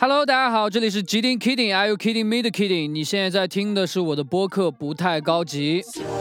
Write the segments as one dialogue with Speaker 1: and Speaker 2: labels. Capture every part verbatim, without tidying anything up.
Speaker 1: Hello， 大家好，这里是 Kidding Kidding，Are you kidding me 的 Kidding？ 你现在在听的是我的播客，不太高级。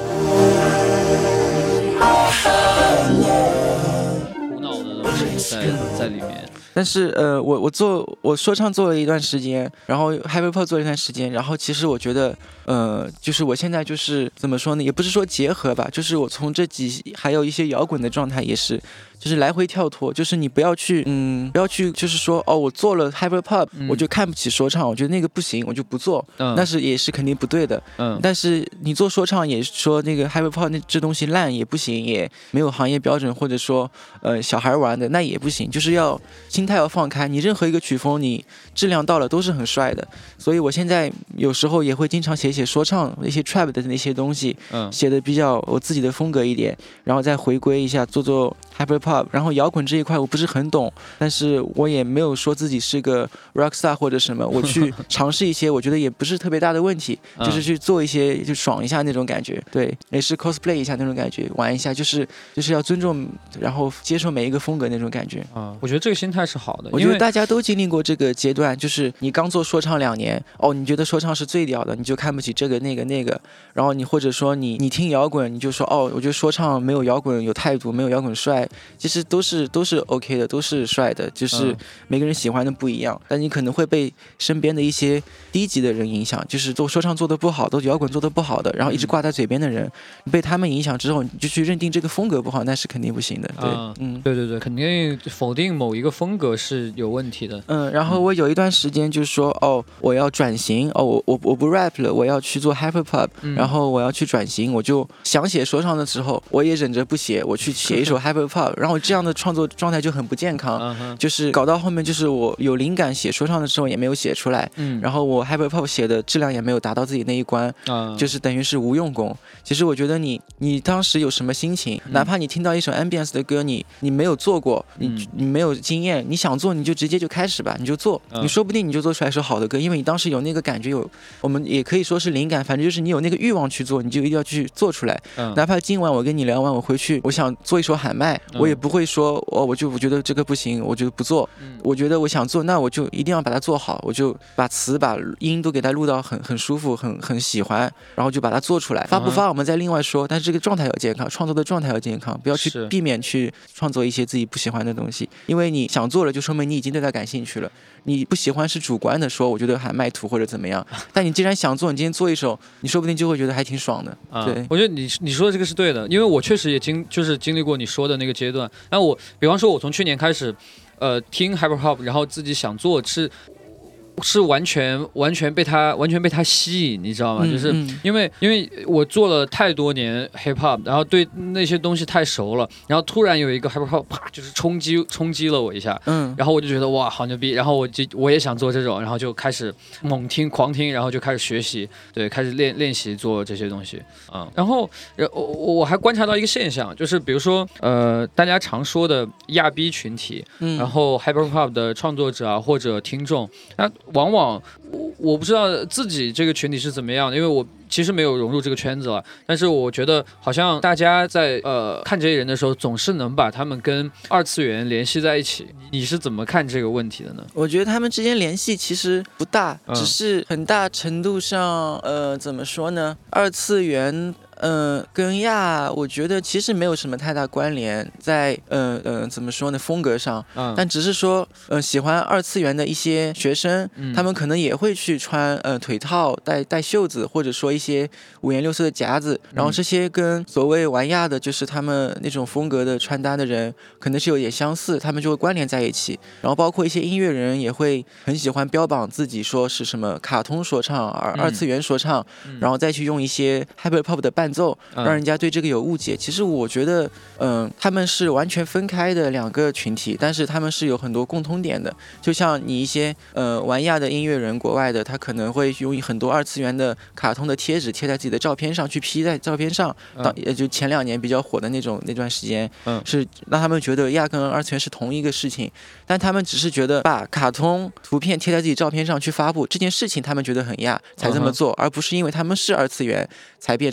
Speaker 1: 无脑的东西在在里面。
Speaker 2: 但是呃，我我做我说唱做了一段时间，然后 Hyperpop 做了一段时间，然后其实我觉得，呃，就是我现在就是怎么说呢，也不是说结合吧，就是我从这几还有一些摇滚的状态也是，就是来回跳脱，就是你不要去，嗯，不要去，就是说哦，我做了 Hyperpop，、嗯、我就看不起说唱，我觉得那个不行，我就不做，嗯、那是也是肯定不对的，嗯，但是你做说唱也说那个 Hyperpop 那这东西烂也不行，也没有行业标准，或者说呃小孩玩的那也不行，就是要。心态要放开，你任何一个曲风，你质量到了都是很帅的。所以我现在有时候也会经常写一写说唱那些 trap 的那些东西，嗯，写的比较我自己的风格一点，然后再回归一下做做 hyperpop。然后摇滚这一块我不是很懂，但是我也没有说自己是个 rockstar 或者什么，我去尝试一些，我觉得也不是特别大的问题，就是去做一些就爽一下那种感觉，对，也是 cosplay 一下那种感觉，玩一下，就是就是要尊重，然后接受每一个风格那种感觉。
Speaker 1: 啊，我觉得这个心态是好的，
Speaker 2: 我觉得大家都经历过这个阶段，就是你刚做说唱两年，哦，你觉得说唱是最屌的，你就看不起这个那个那个，然后你或者说你你听摇滚，你就说哦，我觉得说唱没有摇滚有态度，没有摇滚帅，其实都是都是 OK 的，都是帅的，就是每个人喜欢的不一样，但你可能会被身边的一些低级的人影响，就是做说唱做的不好，都摇滚做的不好的，然后一直挂在嘴边的人，你被他们影响之后，你就去认定这个风格不好，那是肯定不行的，对，
Speaker 1: 嗯，嗯对对对，肯定否定某一个风格是有问题的。
Speaker 2: 嗯，然后我有一段时间就说，哦，我要转型，哦，我我我不 rap 了，我要去做 hyperpop，、嗯、然后我要去转型，我就想写说唱的时候，我也忍着不写，我去写一首 hyperpop， 然后这样的创作状态就很不健康，就是搞到后面就是我有灵感写说唱的时候也没有写出来，嗯、然后我 hyperpop 写的质量也没有达到自己那一关，嗯、就是等于是无用功。其实我觉得你你当时有什么心情，嗯、哪怕你听到一首 ambience 的歌，你你没有做过，你、嗯、你没有经验，你想做你就直接就开始吧，你就做，你说不定你就做出来一首好的歌，因为你当时有那个感觉，有我们也可以说是灵感，反正就是你有那个欲望去做，你就一定要去做出来。嗯、哪怕今晚我跟你聊完，我回去我想做一首喊麦，嗯、我也不会说哦，我就我觉得这个不行，我就不做。嗯、我觉得我想做，那我就一定要把它做好，我就把词把音都给它录到很很舒服，很很喜欢，然后就把它做出来。发不发我们再另外说，但是这个状态要健康，创作的状态要健康，不要去避免去创作一些自己不喜欢的东西，因为你想做了，就说明你已经对它感兴趣了。你不喜欢是主观的说，我觉得还卖土或者怎么样，但你既然想做，你今天做一首，你说不定就会觉得还挺爽的。啊、对，
Speaker 1: 我觉得你你说的这个是对的，因为我确实也经就是经历过你说的那个阶段。那我比方说，我从去年开始，呃，听 hyperpop， 然后自己想做是。是完全完全被他完全被他吸引，你知道吗？嗯、就是因为因为我做了太多年 hip hop， 然后对那些东西太熟了，然后突然有一个 hip hop 啪就是冲击冲击了我一下，嗯，然后我就觉得哇好牛逼，然后我就我也想做这种，然后就开始猛听狂听，然后就开始学习，对，开始练练习做这些东西，嗯，然后我我还观察到一个现象，就是比如说呃大家常说的亚逼群体，嗯，然后 hyper pop 的创作者啊或者听众，那往往我我不知道自己这个群体是怎么样的，因为我其实没有融入这个圈子了，但是我觉得好像大家在呃看这些人的时候，总是能把他们跟二次元联系在一起。你是怎么看这个问题的呢？
Speaker 2: 我觉得他们之间联系其实不大，嗯、只是很大程度上，呃，怎么说呢？二次元。嗯、呃，跟亚我觉得其实没有什么太大关联，在呃呃怎么说呢风格上，嗯、但只是说呃喜欢二次元的一些学生，嗯、他们可能也会去穿呃腿套、带带袖子，或者说一些五颜六色的夹子，然后这些跟所谓玩亚的，就是他们那种风格的穿搭的人，可能是有点相似，他们就会关联在一起。然后包括一些音乐人也会很喜欢标榜自己说是什么卡通说唱、二二次元说唱，嗯、然后再去用一些 hyperpop 的伴奏，让人家对这个有误解。其实我觉得，嗯、呃，他们是完全分开的两个群体，但是他们是有很多共通点的。就像你一些呃玩亚的音乐人，国外的，他可能会用很多二次元的卡通的贴纸贴在自己的照片上，去 P 在照片上。当也就前两年比较火的那种那段时间，嗯，是让他们觉得亚跟二次元是同一个事情，但他们只是觉得把卡通图片贴在自己照片上去发布这件事情，他们觉得很亚才这么做，而不是因为他们是二次元才变成亚逼。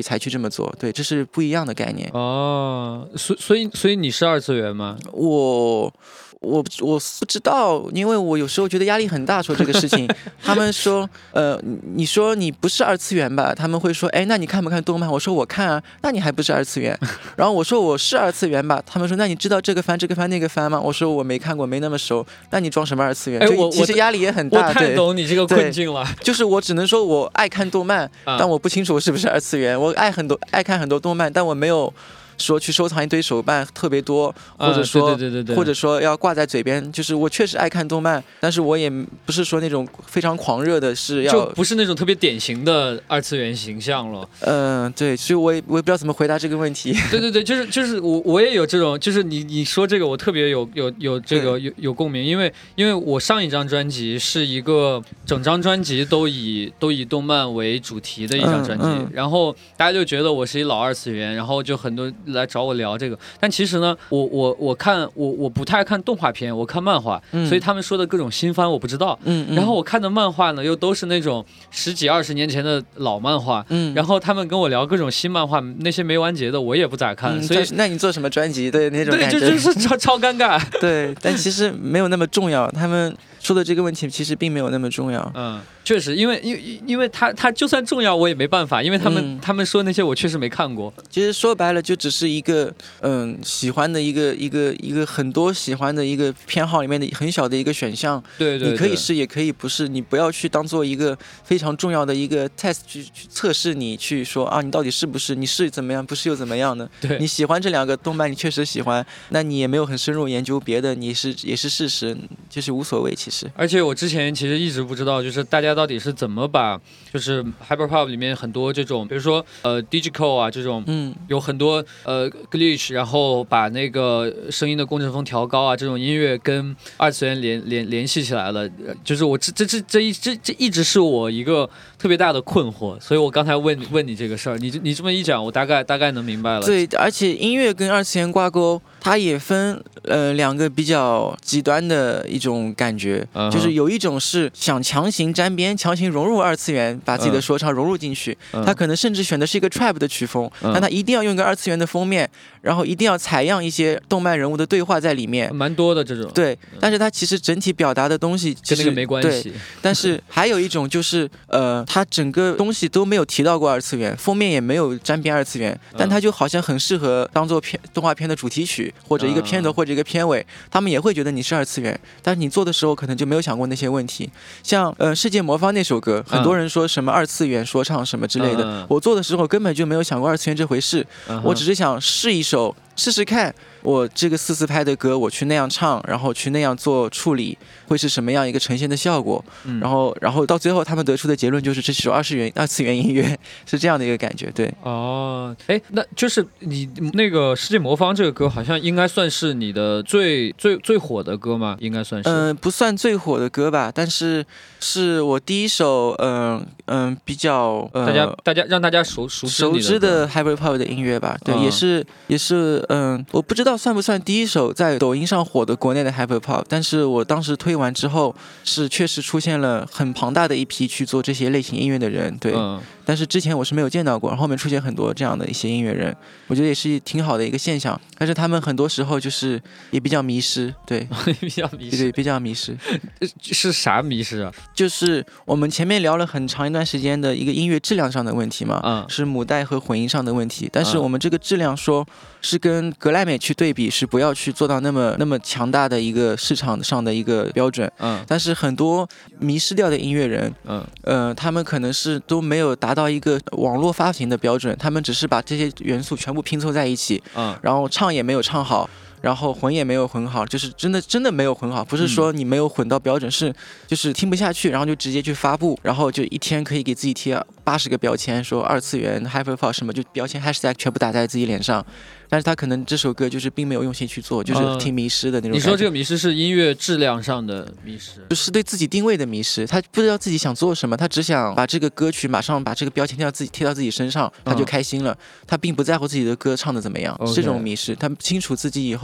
Speaker 2: 才去这么做。对，这是不一样的概念。
Speaker 1: 哦，所所以所以你是二次元吗？
Speaker 2: 我。我我不知道，因为我有时候觉得压力很大，说这个事情。他们说，呃，你说你不是二次元吧？他们会说，哎，那你看不看动漫？我说我看啊，那你还不是二次元？然后我说我是二次元吧？他们说，那你知道这个番、这个番、那个番吗？我说我没看过，没那么熟。那你装什么二次元？
Speaker 1: 哎，我
Speaker 2: 其实压力也很大。
Speaker 1: 我太懂你这个困境了。
Speaker 2: 就是我只能说我爱看动漫，
Speaker 1: 啊、
Speaker 2: 但我不清楚我是不是二次元。我爱很多爱看很多动漫，但我没有。说去收藏一堆手办特别多，或者说、
Speaker 1: 啊、对对对对对
Speaker 2: 或者说要挂在嘴边，就是我确实爱看动漫，但是我也不是说那种非常狂热的，是要
Speaker 1: 就不是那种特别典型的二次元形象了。
Speaker 2: 嗯、呃，对，所以我也我也不知道怎么回答这个问题。
Speaker 1: 对对对，就是就是我我也有这种，就是你你说这个我特别有有有这个有有共鸣，因为因为我上一张专辑是一个整张专辑都以都以动漫为主题的一张专辑，
Speaker 2: 嗯嗯、
Speaker 1: 然后大家就觉得我是一老二次元，然后就很多来找我聊这个。但其实呢，我我我看我我不太看动画片，我看漫画、嗯，所以他们说的各种新番我不知道。
Speaker 2: 嗯, 嗯，
Speaker 1: 然后我看的漫画呢，又都是那种十几二十年前的老漫画。嗯，然后他们跟我聊各种新漫画，那些没完结的我也不咋看。嗯、所以
Speaker 2: 那你做什么专辑？对那种感觉，
Speaker 1: 对，就就是超超尴尬。
Speaker 2: 对，但其实没有那么重要。他们说的这个问题其实并没有那么重要。
Speaker 1: 嗯，确实，因为因为因为他他就算重要我也没办法，因为他们、嗯、他们说那些我确实没看过。
Speaker 2: 其实说白了就只是一个嗯喜欢的一个一个一个很多喜欢的一个偏好里面的很小的一个选项。
Speaker 1: 对 对, 对，
Speaker 2: 你可以是也可以不是，你不要去当做一个非常重要的一个 test 去去测试你，去说啊你到底是不是，你是怎么样，不是又怎么样呢？
Speaker 1: 对，
Speaker 2: 你喜欢这两个动漫，你确实喜欢，那你也没有很深入研究别的，你是也是事实，就是无所谓其实。
Speaker 1: 而且我之前其实一直不知道，就是大家到底是怎么把就是 hyperpop 里面很多这种，比如说呃 digital 啊这种，嗯，有很多呃 glitch， 然后把那个声音的工程风调高啊，这种音乐跟二次元联联联系起来了，就是我这这这这一这这一直是我一个特别大的困惑，所以我刚才问问你这个事儿，你你这么一讲，我大概大概能明白了。
Speaker 2: 对，而且音乐跟二次元挂钩，它也分呃两个比较极端的一种感觉， uh-huh. 就是有一种是想强行沾边，强行融入二次元，把自己的说唱融入进去， uh-huh. 他可能甚至选的是一个 trap 的曲风， uh-huh. 但他一定要用一个二次元的封面，然后一定要采样一些动漫人物的对话在里面，
Speaker 1: 蛮多的这种。
Speaker 2: 对，但是他其实整体表达的东西其实
Speaker 1: 跟那个没关系。
Speaker 2: 但是还有一种就是呃，他整个东西都没有提到过二次元，封面也没有沾边二次元，但他就好像很适合当做片动画片的主题曲，或者一个片头或者一个片尾，他们也会觉得你是二次元，但是你做的时候可能就没有想过那些问题。像呃《世界魔方》那首歌，很多人说什么二次元说唱什么之类的，嗯、我做的时候根本就没有想过二次元这回事，嗯、我只是想试一首试试看，我这个四四拍的歌我去那样唱，然后去那样做处理，会是什么样一个呈现的效果，嗯、然后然后到最后他们得出的结论就是这是首二次元二次元音乐，是这样的一个感觉。对，
Speaker 1: 哦，哎，那就是你那个《世界魔方》这个歌好像应该算是你的最最最火的歌吗？应该算是。
Speaker 2: 嗯、呃，不算最火的歌吧，但是是我第一首嗯嗯、呃呃、比较、呃、
Speaker 1: 大家大家让大家熟熟知
Speaker 2: 熟知的 hyperpop 的音乐吧。对，嗯、也是也是嗯、呃，我不知道算不算第一首在抖音上火的国内的 hyperpop， 但是我当时推完之后，是确实出现了很庞大的一批去做这些类型音乐的人。对。嗯，但是之前我是没有见到过，后面出现很多这样的一些音乐人，我觉得也是挺好的一个现象。但是他们很多时候就是也比较迷失，对，
Speaker 1: 比较迷失，
Speaker 2: 对，比较迷失。
Speaker 1: 是啥迷失啊？
Speaker 2: 就是我们前面聊了很长一段时间的一个音乐质量上的问题嘛，嗯，是母带和混音上的问题。但是我们这个质量说是跟格莱美去对比，是不要去做到那么那么强大的一个市场上的一个标准。嗯，但是很多迷失掉的音乐人，嗯，呃，他们可能是都没有达到一个网络发行的标准，他们只是把这些元素全部拼凑在一起，嗯，然后唱也没有唱好，然后混也没有混好，就是真的真的没有混好，不是说你没有混到标准，嗯、是就是听不下去，然后就直接去发布，然后就一天可以给自己贴八十个标签，说二次元 hyperpop 什么，就标签 hashtag 全部打在自己脸上。但是他可能这首歌就是并没有用心去做，就是挺迷失的那种、嗯。你
Speaker 1: 说这个迷失是音乐质量上的迷失，
Speaker 2: 就是对自己定位的迷失。他不知道自己想做什么，他只想把这个歌曲马上把这个标签贴到自己贴到自己身上，他就开心了。嗯、他并不在乎自己的歌唱的怎么样， okay. 这种迷失。他清楚自己以后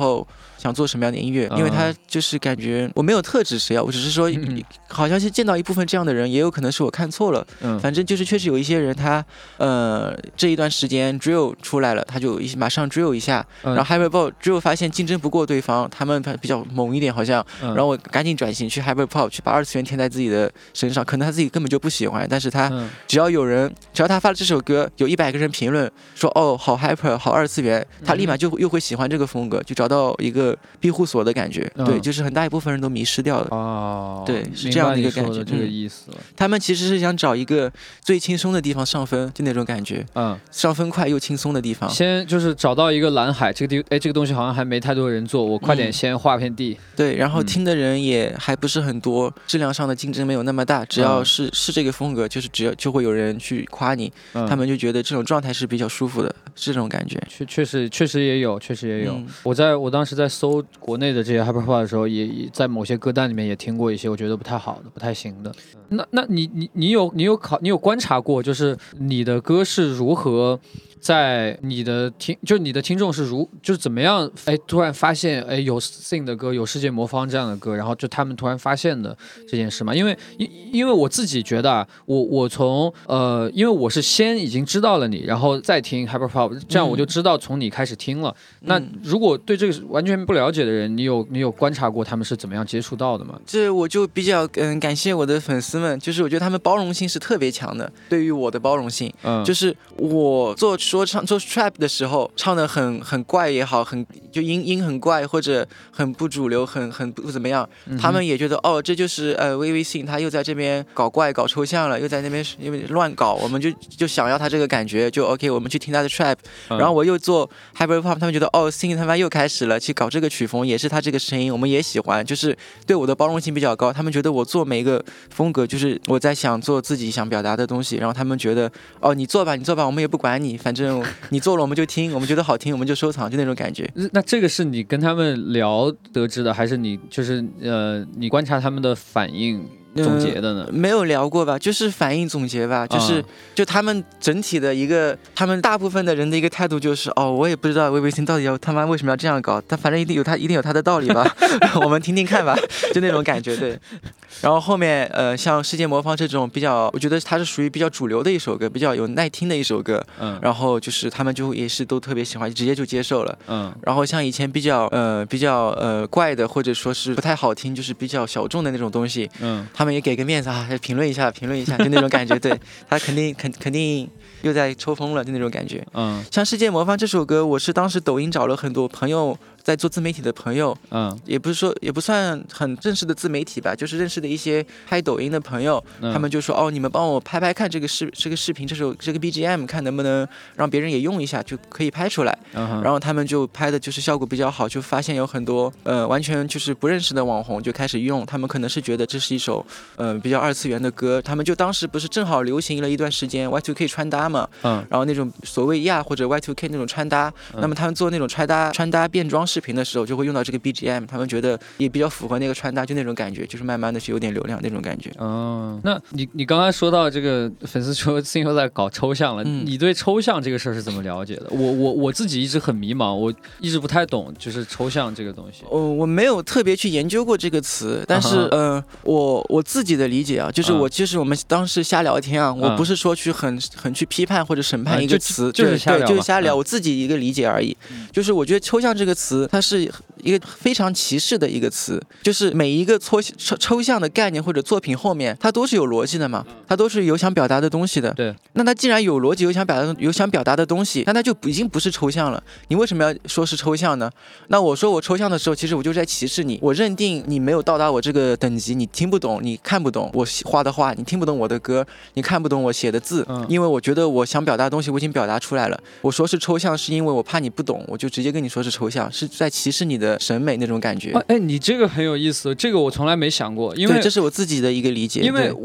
Speaker 2: 后想做什么样的音乐，因为他就是感觉我没有特指谁啊，我只是说好像是见到一部分这样的人，也有可能是我看错了。嗯，反正就是确实有一些人他呃这一段时间 drill 出来了，他就马上 drill 一下，然后 hyperpop drill 发现竞争不过对方，他们比较猛一点好像，然后我赶紧转型去 hyperpop 去把二次元添在自己的身上，可能他自己根本就不喜欢，但是他只要有人只要他发了这首歌，有一百个人评论说哦好 hyper 好二次元，他立马就又会喜欢这个风格，就找到一个庇护所的感觉。嗯、对，就是很大一部分人都迷失掉了。哦，对，是这样的一个感觉。
Speaker 1: 这个意思、嗯。
Speaker 2: 他们其实是想找一个最轻松的地方上分，就那种感觉。嗯，上分快又轻松的地方。
Speaker 1: 先就是找到一个蓝海，这个地，哎，这个东西好像还没太多人做，我快点先画片地。嗯、
Speaker 2: 对，然后听的人也还不是很多，质量上的竞争没有那么大，只要是、嗯、是这个风格，就是只要就会有人去夸你，嗯、他们就觉得这种状态是比较舒服的，是这种感觉。
Speaker 1: 确确实确实也有，确实也有。嗯、我在我当时在搜国内的这些 hyperpop 的时候，也也在某些歌单里面也听过一些我觉得不太好的、不太行的。那那你你你有你有考你有观察过，就是你的歌是如何在你的听，就你的听众是如就是怎么样？哎，突然发现哎有 Sing 的歌，有世界魔方这样的歌，然后就他们突然发现的这件事嘛？因为因因为我自己觉得啊，我我从呃，因为我是先已经知道了你，然后再听 hyperpop， 这样我就知道从你开始听了。嗯、那如果对这个完全不了解的人，你有你有观察过他们是怎么样接触到的吗？
Speaker 2: 这我就比较嗯感谢我的粉丝们，就是我觉得他们包容性是特别强的，对于我的包容性，嗯，就是我做说唱做 trap 的时候唱的很很怪也好，很就音音很怪或者很不主流，很很不怎么样，嗯、他们也觉得哦这就是呃微微信他又在这边搞怪搞抽象了，又在那边因为乱搞，我们就就想要他这个感觉，就 OK 我们去听他的 trap，嗯、然后我又做 hyperpop， 他们觉得哦 Sing 他妈又开始了去搞这个曲风，也是他这个声音我们也喜欢，就是对我的包容性比较高，他们觉得我做每一个风格就是我在想做自己想表达的东西，然后他们觉得哦你做吧你做吧我们也不管你，反正你做了我们就听，我们觉得好听我们就收藏，就那种感觉。
Speaker 1: 那这个是你跟他们聊得知的，还是你就是呃你观察他们的反应总结的呢？
Speaker 2: 嗯、没有聊过吧，就是反应总结吧，就是、嗯、就他们整体的一个，他们大部分的人的一个态度就是哦，我也不知道微微信到底要他妈为什么要这样搞，但反正一定有他一定有他的道理吧，我们听听看吧，就那种感觉。对，然后后面呃像世界魔方这种比较，我觉得它是属于比较主流的一首歌，比较有耐听的一首歌，嗯，然后就是他们就也是都特别喜欢，直接就接受了，嗯，然后像以前比较呃比较呃怪的或者说是不太好听，就是比较小众的那种东西，嗯，他们也给个面子啊，评论一下，评论一下，就那种感觉。对，他肯定肯肯定又在抽风了，就那种感觉。嗯，像《世界魔方》这首歌，我是当时抖音找了很多朋友在做自媒体的朋友，嗯，也不是说也不算很正式的自媒体吧，就是认识的一些拍抖音的朋友，嗯、他们就说哦，你们帮我拍拍看这个视这个视频，这首这个 B G M， 看能不能让别人也用一下，就可以拍出来。嗯、然后他们就拍的就是效果比较好，就发现有很多呃完全就是不认识的网红就开始用，他们可能是觉得这是一首呃比较二次元的歌，他们就当时不是正好流行了一段时间 Y 二 K 穿搭嘛，嗯，然后那种所谓亚或者 Y 二 K 那种穿搭，嗯、那么他们做那种穿搭穿搭变装视频的时候就会用到这个 B G M， 他们觉得也比较符合那个穿搭，就那种感觉，就是慢慢的是有点流量那种感觉。
Speaker 1: 哦，那你你刚才说到这个粉丝说 Sing 又在搞抽象了，嗯、你对抽象这个事儿是怎么了解的？我我我自己一直很迷茫，我一直不太懂就是抽象这个东西。
Speaker 2: 哦，我没有特别去研究过这个词，但是、uh huh. 呃，我我自己的理解啊，就是我就是我们当时瞎聊天啊，嗯、我不是说去很很去批判或者审判一个词，
Speaker 1: 嗯、就, 就是瞎聊，
Speaker 2: 就是瞎聊，
Speaker 1: 嗯、
Speaker 2: 我自己一个理解而已。嗯、就是我觉得抽象这个词，它是一个非常歧视的一个词，就是每一个抽抽抽象的概念或者作品后面，它都是有逻辑的嘛，它都是有想表达的东西的。
Speaker 1: 对，
Speaker 2: 那它既然有逻辑、有想表达、有想表达的东西，那它就已经不是抽象了。你为什么要说是抽象呢？那我说我抽象的时候，其实我就在歧视你，我认定你没有到达我这个等级，你听不懂，你看不懂我画的画，你听不懂我的歌，你看不懂我写的字，嗯、因为我觉得我想表达的东西我已经表达出来了。我说是抽象，是因为我怕你不懂，我就直接跟你说是抽象，是在歧视你的审美那种感觉。
Speaker 1: 哎，你这个很有意思，这个我从来没想过，因为
Speaker 2: 对，这是我自己的一个理解。
Speaker 1: 因为我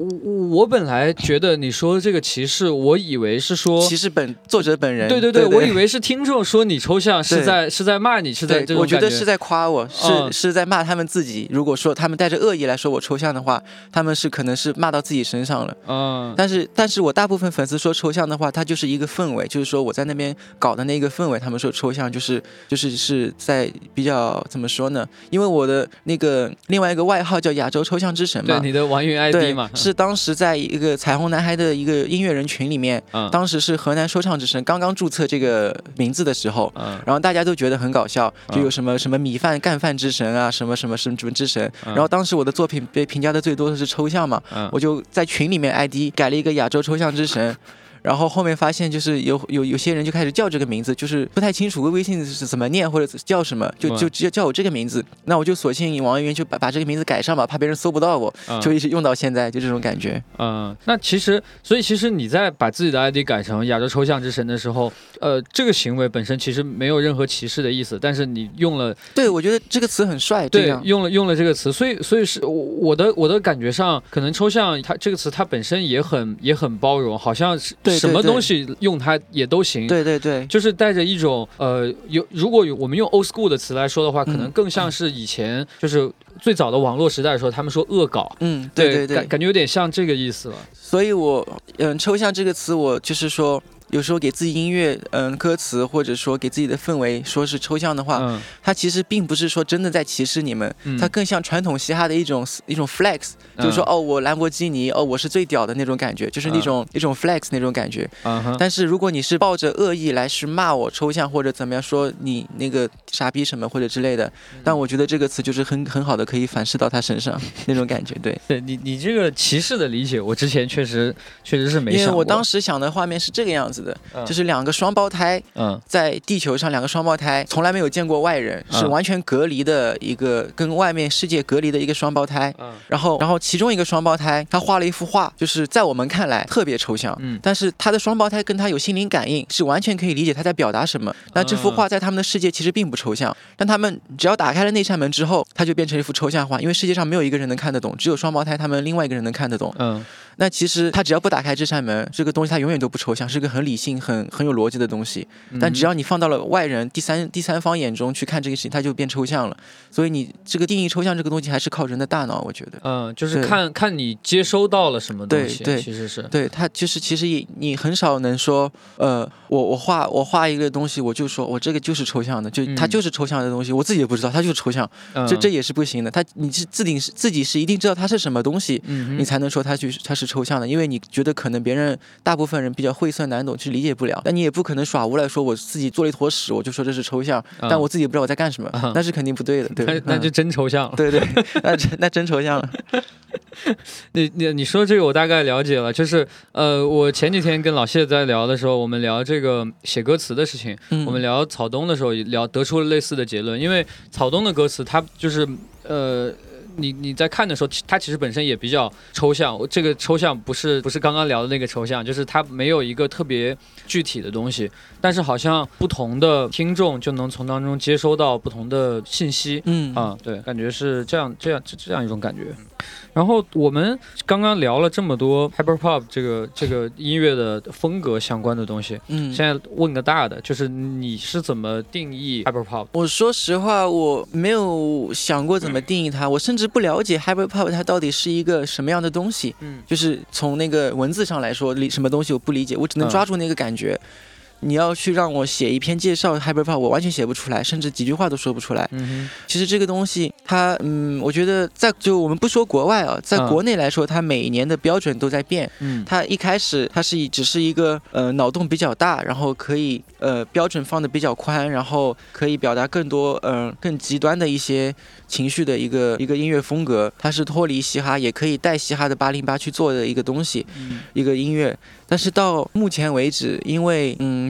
Speaker 1: 我本来觉得你说的这个歧视，我以为是说
Speaker 2: 歧视本作者本人。
Speaker 1: 对对
Speaker 2: 对,
Speaker 1: 对, 对，我以为是听众说你抽象是在是在骂你，是在这种感觉。
Speaker 2: 我觉得是在夸我，是、嗯、是在骂他们自己。如果说他们带着恶意来说我抽象的话，他们是可能是骂到自己身上了。嗯，但是但是我大部分粉丝说抽象的话，它就是一个氛围，就是说我在那边搞的那个氛围，他们说抽象就是就是是在比较怎么说呢？因为我的那个另外一个外号叫亚洲抽象之神嘛，
Speaker 1: 对，你的网云 I D 嘛，
Speaker 2: 是当时在一个彩虹男孩的一个音乐人群里面，嗯、当时是河南说唱之神刚刚注册这个名字的时候，嗯、然后大家都觉得很搞笑，就有什么、嗯、什么米饭干饭之神啊，什么什么什么什么之神，嗯、然后当时我的作品被评价的最多的是抽象嘛，嗯、我就在群里面 I D 改了一个亚洲抽象之神。然后后面发现就是有有有些人就开始叫这个名字，就是不太清楚微信是怎么念或者叫什么，就就直接叫我这个名字。那我就索性网易云就把把这个名字改上吧，怕别人搜不到我，嗯、就一直用到现在，就这种感觉。
Speaker 1: 嗯，那其实所以其实你在把自己的 I D 改成亚洲抽象之神的时候，呃，这个行为本身其实没有任何歧视的意思，但是你用了，
Speaker 2: 对，我觉得这个词很帅，
Speaker 1: 对，用了用了这个词，所以所以是我的我的感觉上，可能抽象它这个词它本身也很也很包容，好像是什么东西。用它也都行，
Speaker 2: 对对对，
Speaker 1: 就是带着一种呃，有如果我们用 old school 的词来说的话，可能更像是以前就是最早的网络时代的时候，他们说恶搞，
Speaker 2: 嗯，对对对，
Speaker 1: 感感觉有点像这个意思了。
Speaker 2: 所以我嗯，抽象这个词，我就是说。有时候给自己音乐，嗯，歌词或者说给自己的氛围说是抽象的话，嗯、它其实并不是说真的在歧视你们，嗯、它更像传统嘻哈的一种一种 flex，、嗯、就是说哦，我兰博基尼，哦，我是最屌的那种感觉，就是那种、嗯、一种 flex 那种感觉。嗯、但是如果你是抱着恶意来是骂我抽象或者怎么样说你那个傻逼什么或者之类的，嗯、但我觉得这个词就是很很好的可以反噬到他身上那种感觉。对，
Speaker 1: 对你你这个歧视的理解，我之前确实确实是没想过，
Speaker 2: 因为我当时想的画面是这个样子的。嗯、就是两个双胞胎，嗯，在地球上，两个双胞胎从来没有见过外人，嗯、是完全隔离的一个跟外面世界隔离的一个双胞胎。嗯，然后，然后其中一个双胞胎他画了一幅画，就是在我们看来特别抽象，嗯，但是他的双胞胎跟他有心灵感应，是完全可以理解他在表达什么。那这幅画在他们的世界其实并不抽象，但他们只要打开了那扇门之后，它就变成一幅抽象画，因为世界上没有一个人能看得懂，只有双胞胎他们另外一个人能看得懂。嗯。那其实他只要不打开这扇门，这个东西它永远都不抽象，是个很理性、很很有逻辑的东西。但只要你放到了外人、第三第三方眼中去看这个事情，它就变抽象了。所以你这个定义抽象这个东西，还是靠人的大脑，我觉得。
Speaker 1: 嗯，就是看看你接收到了什么东西。
Speaker 2: 对对，
Speaker 1: 其实是
Speaker 2: 对它就是其实也你很少能说，呃，我我画我画一个东西，我就说我这个就是抽象的，就它就是抽象的东西，我自己也不知道它就是抽象，嗯、这这也是不行的。它你是自己是自己是一定知道它是什么东西，嗯、你才能说它就是它是抽象的，因为你觉得可能别人大部分人比较晦涩难懂，去理解不了。但你也不可能耍无赖说我自己做了一坨屎，我就说这是抽象，嗯、但我自己也不知道我在干什么，嗯、那是肯定不对的，对吧？
Speaker 1: 那, 那就真抽象了。
Speaker 2: 嗯、对对，那那真抽象了。
Speaker 1: 你你你说这个我大概了解了，就是呃，我前几天跟老谢在聊的时候，我们聊这个写歌词的事情，嗯、我们聊草东的时候也聊得出了类似的结论，因为草东的歌词它就是呃。你你在看的时候，它其实本身也比较抽象。这个抽象不是不是刚刚聊的那个抽象，就是它没有一个特别具体的东西，但是好像不同的听众就能从当中接收到不同的信息。嗯啊，对，感觉是这样这样这样一种感觉。然后我们刚刚聊了这么多 hyperpop 这个这个音乐的风格相关的东西，嗯，现在问个大的，就是你是怎么定义 hyperpop？
Speaker 2: 我说实话，我没有想过怎么定义它，我甚至不了解 hyperpop 它到底是一个什么样的东西。嗯，就是从那个文字上来说，什么东西我不理解，我只能抓住那个感觉。嗯，你要去让我写一篇介绍 hyperpop， 我完全写不出来，甚至几句话都说不出来。嗯，其实这个东西，它，嗯，我觉得在就我们不说国外啊，在国内来说，它每一年的标准都在变。嗯，它一开始它是只是一个呃脑洞比较大，然后可以呃标准放的比较宽，然后可以表达更多嗯、呃、更极端的一些情绪的一个一个音乐风格，它是脱离嘻哈，也可以带嘻哈的八零八去做的一个东西，嗯、一个音乐。但是到目前为止，因为嗯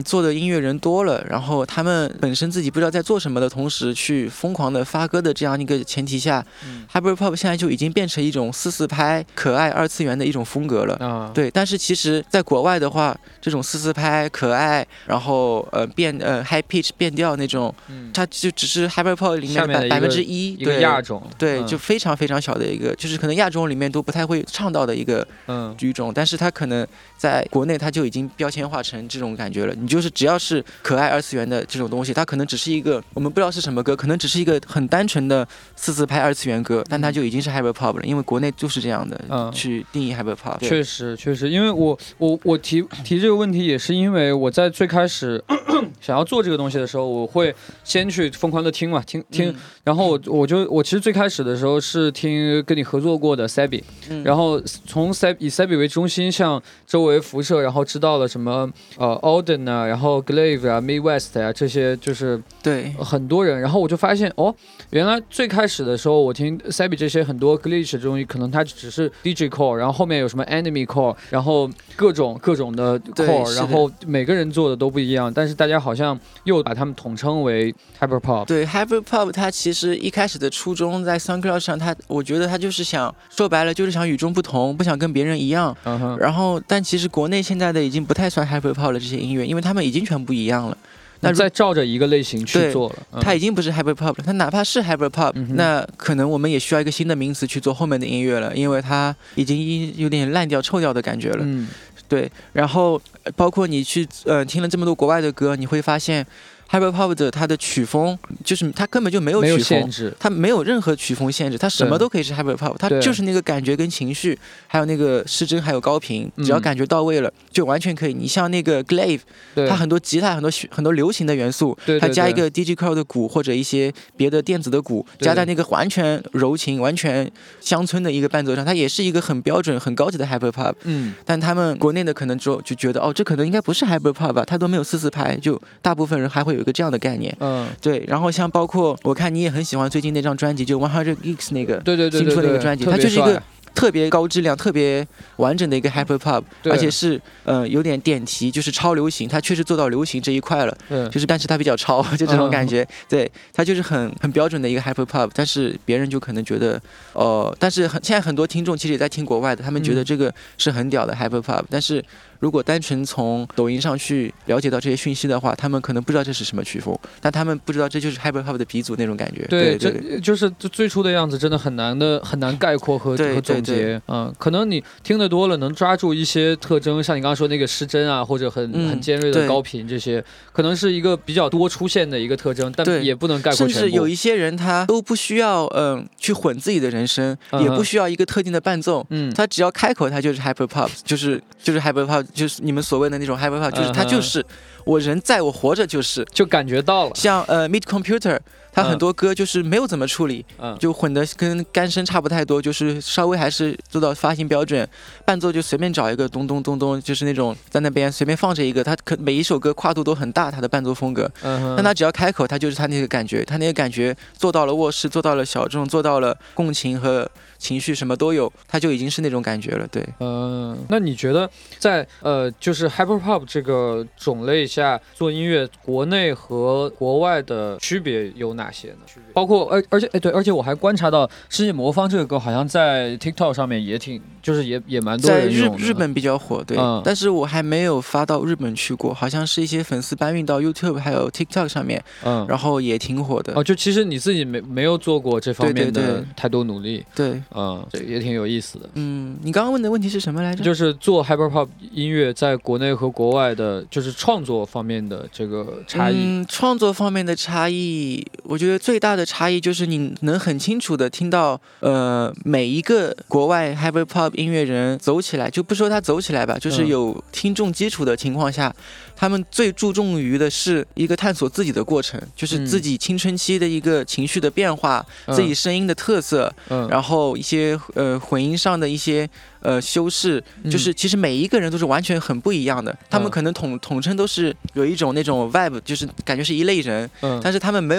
Speaker 2: 嗯做的音乐人多了，然后他们本身自己不知道在做什么的同时去疯狂的发歌的这样一个前提下、嗯、Hyperpop 现在就已经变成一种四四拍可爱二次元的一种风格了、啊、对。但是其实在国外的话，这种四四拍可爱然后呃变呃 high pitch 变调那种、嗯、它就只是 Hyperpop 里面的百分之一
Speaker 1: 一个亚种，
Speaker 2: 对、
Speaker 1: 嗯、
Speaker 2: 就非常非常小的一个，就是可能亚种里面都不太会唱到的一个语种、嗯、但是它可能在国内它就已经标签化成这种感觉了。你就是只要是可爱二次元的这种东西，它可能只是一个我们不知道是什么歌，可能只是一个很单纯的四四拍二次元歌，但它就已经是 Hyperpop 了，因为国内就是这样的、嗯、去定义 Hyperpop。
Speaker 1: 确实确实，因为我我我提提这个问题也是因为我在最开始想要做这个东西的时候，我会先去疯狂的听嘛，听听、嗯，然后我我就我其实最开始的时候是听跟你合作过的 Sabi、嗯、然后从 Sabi 以 Sabi 为中心向周围辐射，然后知道了什么呃 Alden 啊，然后 Glaive 啊 Midwest 啊这些，就是
Speaker 2: 对
Speaker 1: 很多人，然后我就发现哦，原来最开始的时候我听 Sabi 这些很多 glitch 这东西，可能它只是 D J core， 然后后面有什么 enemy core， 然后各种各种的 core， 然后每个人做的都不一样，但是大家好像又把他们统称为 Hyperpop。
Speaker 2: 对 Hyperpop 它其实一开始的初衷在 SoundCloud 上，它我觉得它就是想说白了就是想与众不同，不想跟别人一样、uh-huh. 然后但其实国内现在的已经不太算 Hyperpop 了，这些音乐因为他们已经全不一样了，
Speaker 1: 那再照着一个类型去做了、嗯、
Speaker 2: 它已经不是 Hyperpop 了，它哪怕是 Hyperpop、嗯、那可能我们也需要一个新的名词去做后面的音乐了，因为它已经有点烂掉臭掉的感觉了、嗯、对。然后包括你去呃听了这么多国外的歌，你会发现Hyperpop 的它的曲风就是它根本就没有曲风，
Speaker 1: 没有限制，
Speaker 2: 它没有任何曲风限制，它什么都可以是 Hyperpop， 它就是那个感觉跟情绪，还有那个失真还有高频，只要感觉到位了、嗯、就完全可以。你像那个 Glaive， 它很多吉他很多很多流行的元素，
Speaker 1: 对对对，
Speaker 2: 它加一个 D J core 的鼓或者一些别的电子的鼓，加在那个完全柔情完全乡村的一个伴奏上，它也是一个很标准很高级的 Hyperpop。嗯，但他们国内的可能就就觉得哦，这可能应该不是 Hyperpop 吧，它都没有四四拍，就大部分人还会有一个这样的概念。嗯，对。然后像包括我看你也很喜欢最近那张专辑，就one hundred Geeks 那个
Speaker 1: 对对对
Speaker 2: 新出的那个专辑，它就是一个特别高质量特别完整的一个 Hyperpop， 而且是呃有点点题，就是超流行，它确实做到流行这一块了，就是但是它比较超，就这种感觉、嗯、对，它就是很很标准的一个 Hyperpop， 但是别人就可能觉得呃但是很现在很多听众其实也在听国外的，他们觉得这个是很屌的 Hyperpop、嗯、但是如果单纯从抖音上去了解到这些讯息的话，他们可能不知道这是什么曲风，但他们不知道这就是 Hyperpop 的鼻祖那种感觉。
Speaker 1: 对，
Speaker 2: 对对
Speaker 1: 这就是最初的样子，真的很难的很难概括和和总结。嗯，可能你听得多了，能抓住一些特征，像你刚刚说那个失真啊，或者很、嗯、很尖锐的高频，这些可能是一个比较多出现的一个特征，但也不能概括全部。
Speaker 2: 甚至有一些人他都不需要嗯、呃、去混自己的人生、嗯，也不需要一个特定的伴奏，嗯，他只要开口，他就是 Hyperpop， 就是就是 Hyperpop， 就是你们所谓的那种 Hyperpop， 就是他就是我人在我活着就是
Speaker 1: 就感觉到了。
Speaker 2: 像呃 Meet Computer， 他很多歌就是没有怎么处理，嗯，就混的跟干声差不太多，就是稍微还是做到发行标准，伴奏就随便找一个咚咚咚咚，就是那种在那边随便放着一个，他可每一首歌跨度都很大，他的伴奏风格，嗯，但他只要开口，他就是他那个感觉，他那个感觉做到了卧室，做到了小众，做到了共情和情绪什么都有，它就已经是那种感觉了。对，
Speaker 1: 嗯，那你觉得在呃就是 Hyperpop 这个种类下做音乐，国内和国外的区别有哪些呢？包括而而且哎对，而且我还观察到《世界魔方》这个歌好像在 TikTok 上面也挺，就是也也蛮多人用的。
Speaker 2: 在日日本比较火，对、嗯，但是我还没有发到日本去过，好像是一些粉丝搬运到 YouTube 还有 TikTok 上面，嗯，然后也挺火的。
Speaker 1: 哦，就其实你自己没没有做过这方面的太多努力，
Speaker 2: 对。对对
Speaker 1: 嗯，这也挺有意思的。
Speaker 2: 嗯，你刚刚问的问题是什么来着？
Speaker 1: 就是做 Hyperpop 音乐在国内和国外的，就是创作方面的这个差异。
Speaker 2: 嗯，创作方面的差异，我觉得最大的差异就是你能很清楚的听到，呃，每一个国外 Hyperpop 音乐人走起来，就不说他走起来吧，就是有听众基础的情况下，嗯、他们最注重于的是一个探索自己的过程，就是自己青春期的一个情绪的变化，嗯、自己声音的特色，嗯，然后一些呃混音上的一些呃修饰，就是其实每一个人都是完全很不一样的，嗯、他们可能统统称都是有一种那种 vibe， 就是感觉是一类人，嗯，但是他们没有人一个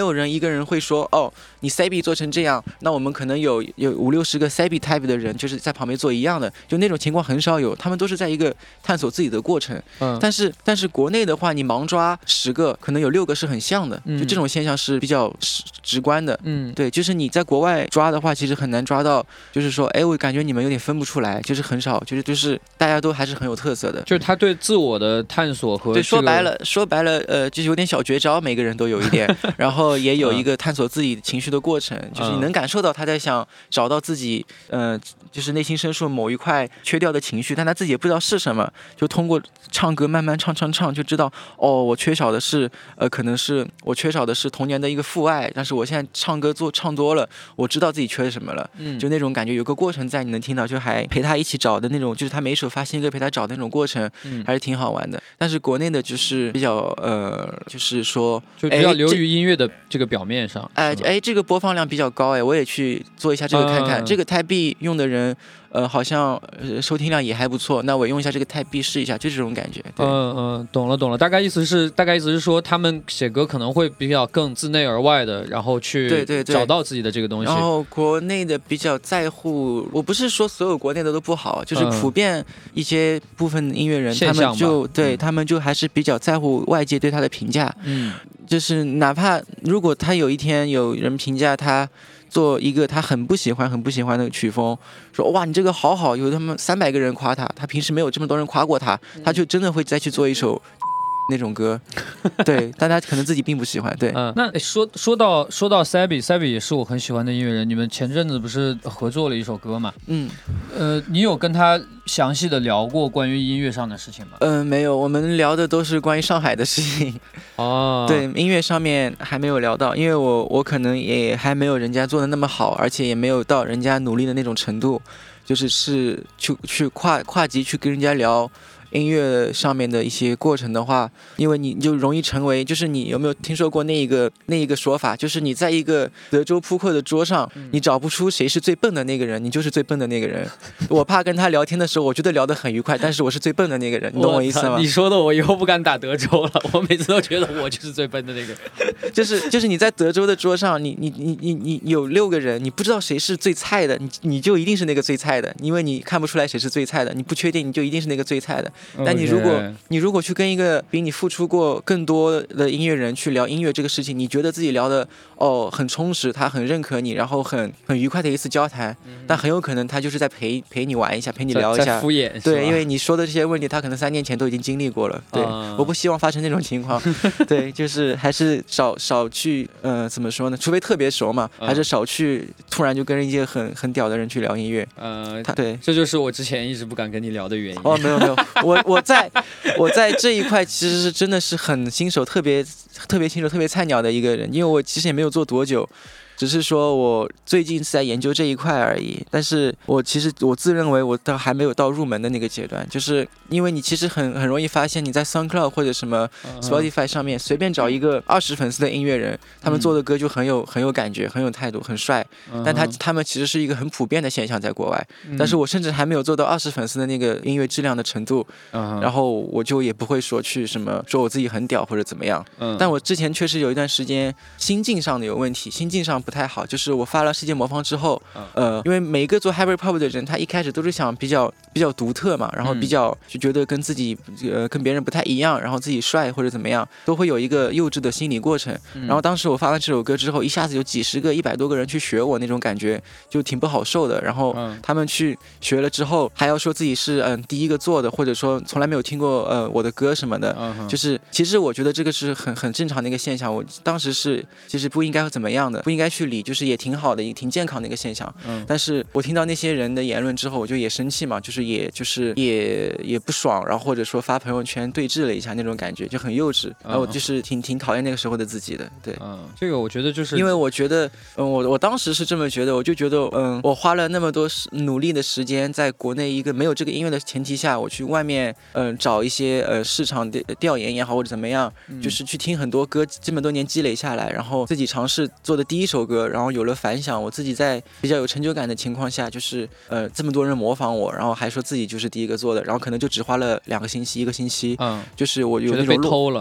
Speaker 2: 个人会说，哦，你 Sabi 做成这样，那我们可能有有五六十个 Sabi type 的人，就是在旁边做一样的，就那种情况很少有，他们都是在一个探索自己的过程。嗯，但是但是国内的话，你盲抓十个，可能有六个是很像的，就这种现象是比较直观的。嗯，对，就是你在国外抓的话，其实很难抓到，就是说，哎，我感觉你们有点分不出来，就是很少，就是就是大家都还是很有特色的。
Speaker 1: 就是他对自我的探索和、这个、
Speaker 2: 对，说白了说白了，呃，就是有点小绝招，每个人都有一点，然后也有一个探索自己情绪的过程，嗯、就是你能感受到他在想找到自己，呃，就是内心深处某一块缺掉的情绪，但他自己也不知道是什么，就通过唱歌慢慢唱唱唱，就知道，哦，我缺少的是，呃，可能是我缺少的是童年的一个父爱，但是我现在唱歌做唱多了，我知道自己缺什么了，嗯，就那种感觉，有个过程在，你能听到，就还陪他一起找的那种，就是他每一首发新歌陪他找的那种过程，嗯，还是挺好玩的。但是国内的就是比较呃，就是说
Speaker 1: 就比较流于音乐的这个表面上，
Speaker 2: 哎哎，这个播放量比较高哎，我也去做一下这个看看，嗯、这个泰币用的人。呃，好像、呃、收听量也还不错，那我用一下这个泰币试一下，就这种感觉。
Speaker 1: 嗯嗯、呃，懂了懂了，大概意思是大概意思是说，他们写歌可能会比较更自内而外的，然后去
Speaker 2: 对对对
Speaker 1: 找到自己的这个东西。
Speaker 2: 然后国内的比较在乎，我不是说所有国内的都不好，就是普遍一些部分音乐人，嗯、他们就对、嗯、他们就还是比较在乎外界对他的评价。嗯，就是哪怕如果他有一天有人评价他。做一个他很不喜欢、很不喜欢的曲风，说哇你这个好好，有他们三百个人夸他，他平时没有这么多人夸过他，他就真的会再去做一首那种歌，对，但他可能自己并不喜欢。对，
Speaker 1: 嗯，那说说到说到 Sabi，Sabi 也是我很喜欢的音乐人，你们前阵子不是合作了一首歌嘛？嗯，呃，你有跟他详细的聊过关于音乐上的事情吗？
Speaker 2: 嗯、呃，没有，我们聊的都是关于上海的事情。哦，对，音乐上面还没有聊到，因为我我可能也还没有人家做的那么好，而且也没有到人家努力的那种程度，就是是去去跨跨级去跟人家聊。音乐上面的一些过程的话，因为你就容易成为，就是你有没有听说过那一个那一个说法，就是你在一个德州扑克的桌上，你找不出谁是最笨的那个人，你就是最笨的那个人。我怕跟他聊天的时候，我觉得聊得很愉快，但是我是最笨的那个人，你懂我意思吗？
Speaker 1: 你说的我以后不敢打德州了，我每次都觉得我就是最笨的那个人。
Speaker 2: 就是就是你在德州的桌上，你你你你你有六个人，你不知道谁是最菜的，你你就一定是那个最菜的，因为你看不出来谁是最菜的，你不确定你就一定是那个最菜的。但你如果、okay. 你如果去跟一个比你付出过更多的音乐人去聊音乐这个事情，你觉得自己聊的哦很充实，他很认可你，然后很很愉快的一次交谈，嗯、但很有可能他就是在陪陪你玩一下，陪你聊一下，
Speaker 1: 敷衍。
Speaker 2: 对，因为你说的这些问题，他可能三年前都已经经历过了。对，嗯、我不希望发生这种情况。对，就是还是少少去，呃，怎么说呢？除非特别熟嘛，嗯、还是少去突然就跟一些很很屌的人去聊音乐。呃，他对，
Speaker 1: 这就是我之前一直不敢跟你聊的原因。
Speaker 2: 哦，没有没有，我我在我在这一块其实是真的是很新手，特别特别新手，特别菜鸟的一个人，因为我其实也没有做多久。只是说我最近是在研究这一块而已，但是我其实我自认为我倒还没有到入门的那个阶段，就是因为你其实很很容易发现你在 SoundCloud 或者什么 Spotify 上面随便找一个二十粉丝的音乐人，他们做的歌就很有很有感觉，很有态度，很帅，但他他们其实是一个很普遍的现象在国外，但是我甚至还没有做到二十粉丝的那个音乐质量的程度，然后我就也不会说去什么说我自己很屌或者怎么样，但我之前确实有一段时间心境上的有问题，心境上不太好，就是我发了世界魔方之后，呃，因为每一个做 hyper pop 的人，他一开始都是想比较比较独特嘛，然后比较就觉得跟自己呃跟别人不太一样，然后自己帅或者怎么样，都会有一个幼稚的心理过程。然后当时我发完这首歌之后，一下子有几十个、一百多个人去学我，那种感觉就挺不好受的。然后他们去学了之后，还要说自己是嗯、呃、第一个做的，或者说从来没有听过呃我的歌什么的，就是其实我觉得这个是很很正常的一个现象。我当时是其实不应该怎么样的，不应该去理，就是也挺好的，也挺健康的一个现象。嗯，但是我听到那些人的言论之后，我就也生气嘛，就是也就是也也不爽，然后或者说发朋友圈对峙了一下，那种感觉就很幼稚，然后我就是挺挺讨厌那个时候的自己的。对，
Speaker 1: 嗯，这个我觉得就是
Speaker 2: 因为我觉得，嗯，我我当时是这么觉得，我就觉得，嗯，我花了那么多努力的时间，在国内一个没有这个音乐的前提下，我去外面，嗯，找一些呃市场的调研也好或者怎么样，就是去听很多歌，这么多年积累下来，然后自己尝试做的第一首歌，然后有了反响，我自己在比较有成就感的情况下，就是呃这么多人模仿我，然后还说自己就是第一个做的，然后可能就只花了两个星期一个星期，嗯，就是我有那种
Speaker 1: 觉得被偷了。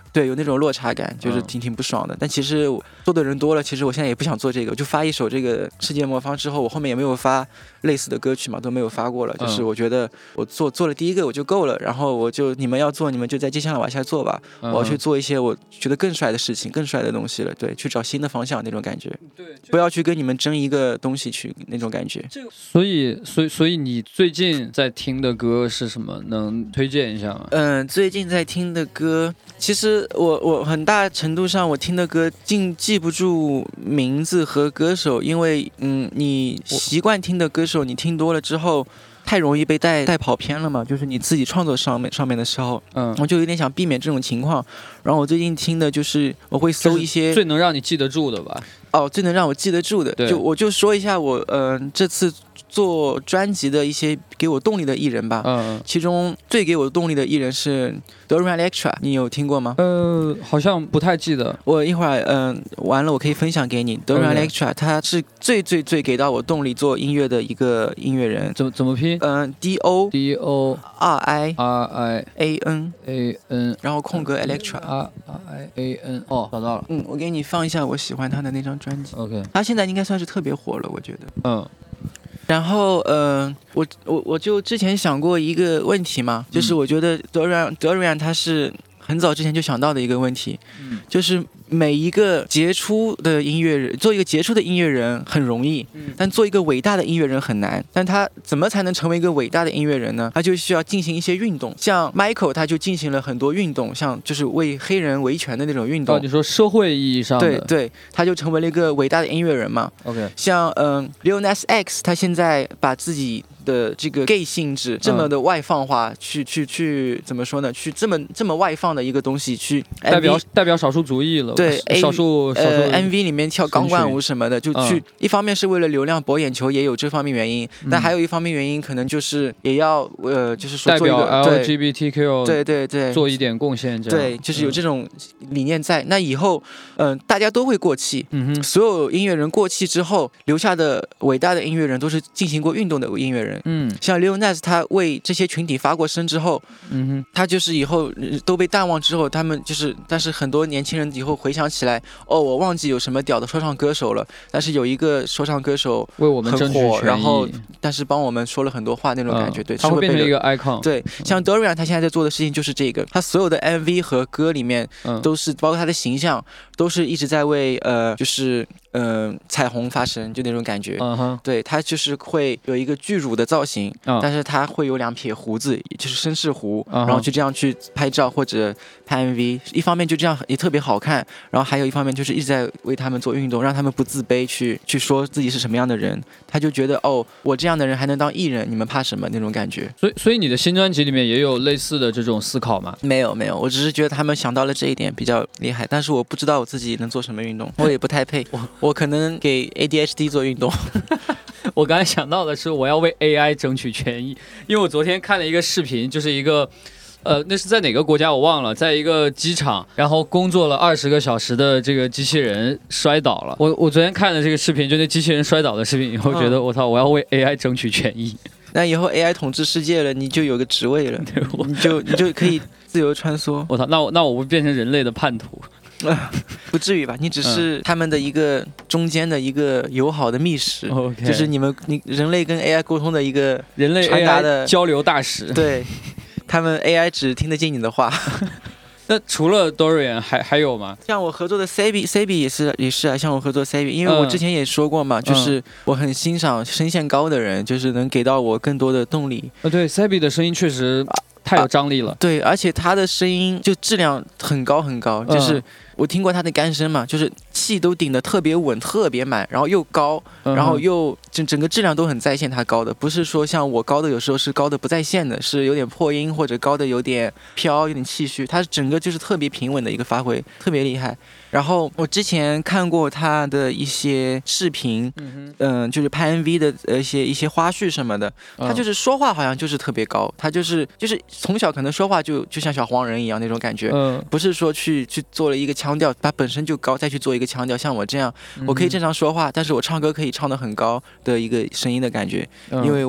Speaker 2: 对，有那种落差感，就是挺挺不爽的。嗯、但其实做的人多了，其实我现在也不想做这个，我就发一首这个世界魔方之后，我后面也没有发类似的歌曲嘛，都没有发过了。嗯、就是我觉得我做做了第一个我就够了，然后我就你们要做，你们就在接下来往下做吧。嗯、我要去做一些我觉得更帅的事情，更帅的东西了。对，去找新的方向那种感觉。对，不要去跟你们争一个东西去那种感觉。
Speaker 1: 所以，所以，所以你最近在听的歌是什么？能推荐一下吗？
Speaker 2: 嗯，最近在听的歌，其实我我很大程度上我听的歌竟记不住名字和歌手，因为嗯，你习惯听的歌手，你听多了之后。太容易被带带跑偏了嘛，就是你自己创作上面上面的时候，嗯，我就有点想避免这种情况。然后我最近听的就是我会搜一些
Speaker 1: 最能让你记得住的吧。
Speaker 2: 哦，最能让我记得住的，就我就说一下我嗯、呃、这次做专辑的一些给我动力的艺人吧。嗯，其中最给我动力的艺人是 Dorian Electra， 你有听过吗？
Speaker 1: 呃，好像不太记得。
Speaker 2: 我一会儿嗯、呃、完了我可以分享给你。Dorian Electra 他是最最最给到我动力做音乐的一个音乐人。
Speaker 1: 怎么怎么拼？
Speaker 2: 嗯、呃、，D O
Speaker 1: D O
Speaker 2: R I
Speaker 1: R I
Speaker 2: A N
Speaker 1: A N，
Speaker 2: 然后空格 Electra
Speaker 1: R I A N。哦，找到了。
Speaker 2: 嗯，我给你放一下我喜欢他的那张专辑。
Speaker 1: OK，
Speaker 2: 他现在应该算是特别火了，我觉得。
Speaker 1: 嗯。
Speaker 2: 然后，呃，我我我就之前想过一个问题嘛，就是我觉得德瑞德瑞安他是很早之前就想到的一个问题，嗯、就是每一个杰出的音乐人，做一个杰出的音乐人很容易，嗯、但做一个伟大的音乐人很难。但他怎么才能成为一个伟大的音乐人呢？他就需要进行一些运动，像 Michael 他就进行了很多运动，像就是为黑人维权的那种运动。
Speaker 1: 哦，你说社会意义上的？
Speaker 2: 对对，他就成为了一个伟大的音乐人嘛。
Speaker 1: OK，
Speaker 2: 像嗯、呃、Lil Nas X 他现在把自己的这个 gay 性质这么的外放化，嗯、去去去怎么说呢？去这么这么外放的一个东西去 M V,
Speaker 1: 代表代表少数族裔了。
Speaker 2: 对，
Speaker 1: 少数少数
Speaker 2: 呃 M V 里面跳钢管舞什么的，就去、嗯、一方面是为了流量博眼球，也有这方面原因，嗯、但还有一方面原因可能就是也要呃就是说
Speaker 1: 代表 L G B T Q
Speaker 2: 对对对
Speaker 1: 做一点贡献，这样
Speaker 2: 对，就是有这种理念在。嗯、那以后嗯、呃、大家都会过气，嗯哼，所有音乐人过气之后留下的伟大的音乐人都是进行过运动的音乐人。嗯，像 Lil Nas 他为这些群体发过声之后，嗯哼，他就是以后都被淡忘之后，他们就是，但是很多年轻人以后回想起来，哦，我忘记有什么屌的说唱歌手了，但是有一个说唱歌手
Speaker 1: 为我们争取权益，
Speaker 2: 然后但是帮我们说了很多话那种感觉，嗯、对，
Speaker 1: 他会变成一个 icon。
Speaker 2: 对，像 Dorian 他现在在做的事情就是这个，他所有的 M V 和歌里面都是，包括他的形象，都是一直在为呃，就是嗯、呃、彩虹发声，就那种感觉。嗯哼，对，他就是会有一个巨乳的造型，嗯、但是他会有两撇胡子，就是绅士胡，嗯、然后就这样去拍照或者拍 M V， 一方面就这样也特别好看，然后还有一方面就是一直在为他们做运动，让他们不自卑，去去说自己是什么样的人。他就觉得哦，我这样的人还能当艺人，你们怕什么那种感觉。
Speaker 1: 所以，所以你的新专辑里面也有类似的这种思考吗？
Speaker 2: 没有，没有，我只是觉得他们想到了这一点比较厉害，但是我不知道我自己能做什么运动，我也不太配。我可能给 A D H D 做运动。
Speaker 1: 我刚才想到的是，我要为 A I 争取权益，因为我昨天看了一个视频，就是一个。呃，那是在哪个国家我忘了，在一个机场，然后工作了二十个小时的这个机器人摔倒了。我我昨天看了这个视频，就那机器人摔倒的视频以后，觉得我操，我要为 A I 争取权益。
Speaker 2: 那以后 A I 统治世界了，你就有个职位了，你就你就可以自由穿梭。
Speaker 1: 我操，那我那我会变成人类的叛徒。
Speaker 2: 不至于吧？你只是他们的一个中间的一个友好的密使，嗯、就是你们你人类跟 A I 沟通的一个
Speaker 1: 人类
Speaker 2: 传达的
Speaker 1: A I 交流大使。
Speaker 2: 对。他们 A I 只听得进你的话。
Speaker 1: 那除了 Dorian 还还有吗？
Speaker 2: 像我合作的 Sabi Sabi 也是也是啊，像我合作 Sabi， 因为我之前也说过嘛，嗯、就是我很欣赏声线高的人，就是能给到我更多的动力。
Speaker 1: 呃，对 Sabi 的声音确实太有张力了。
Speaker 2: 啊、对，而且他的声音就质量很高很高，就是。嗯我听过他的干声嘛，就是气都顶得特别稳、特别满，然后又高，然后又整整个质量都很在线。他高的不是说像我高的，有时候是高的不在线的，是有点破音或者高的有点飘、有点气虚。他整个就是特别平稳的一个发挥，特别厉害。然后我之前看过他的一些视频，嗯、呃，就是拍 M V 的一些一些花絮什么的，他就是说话好像就是特别高，他就是就是从小可能说话就就像小黄人一样那种感觉，嗯、不是说去去做了一个腔调，他本身就高，再去做一个腔调，像我这样，我可以正常说话，但是我唱歌可以唱得很高的一个声音的感觉，嗯、因为我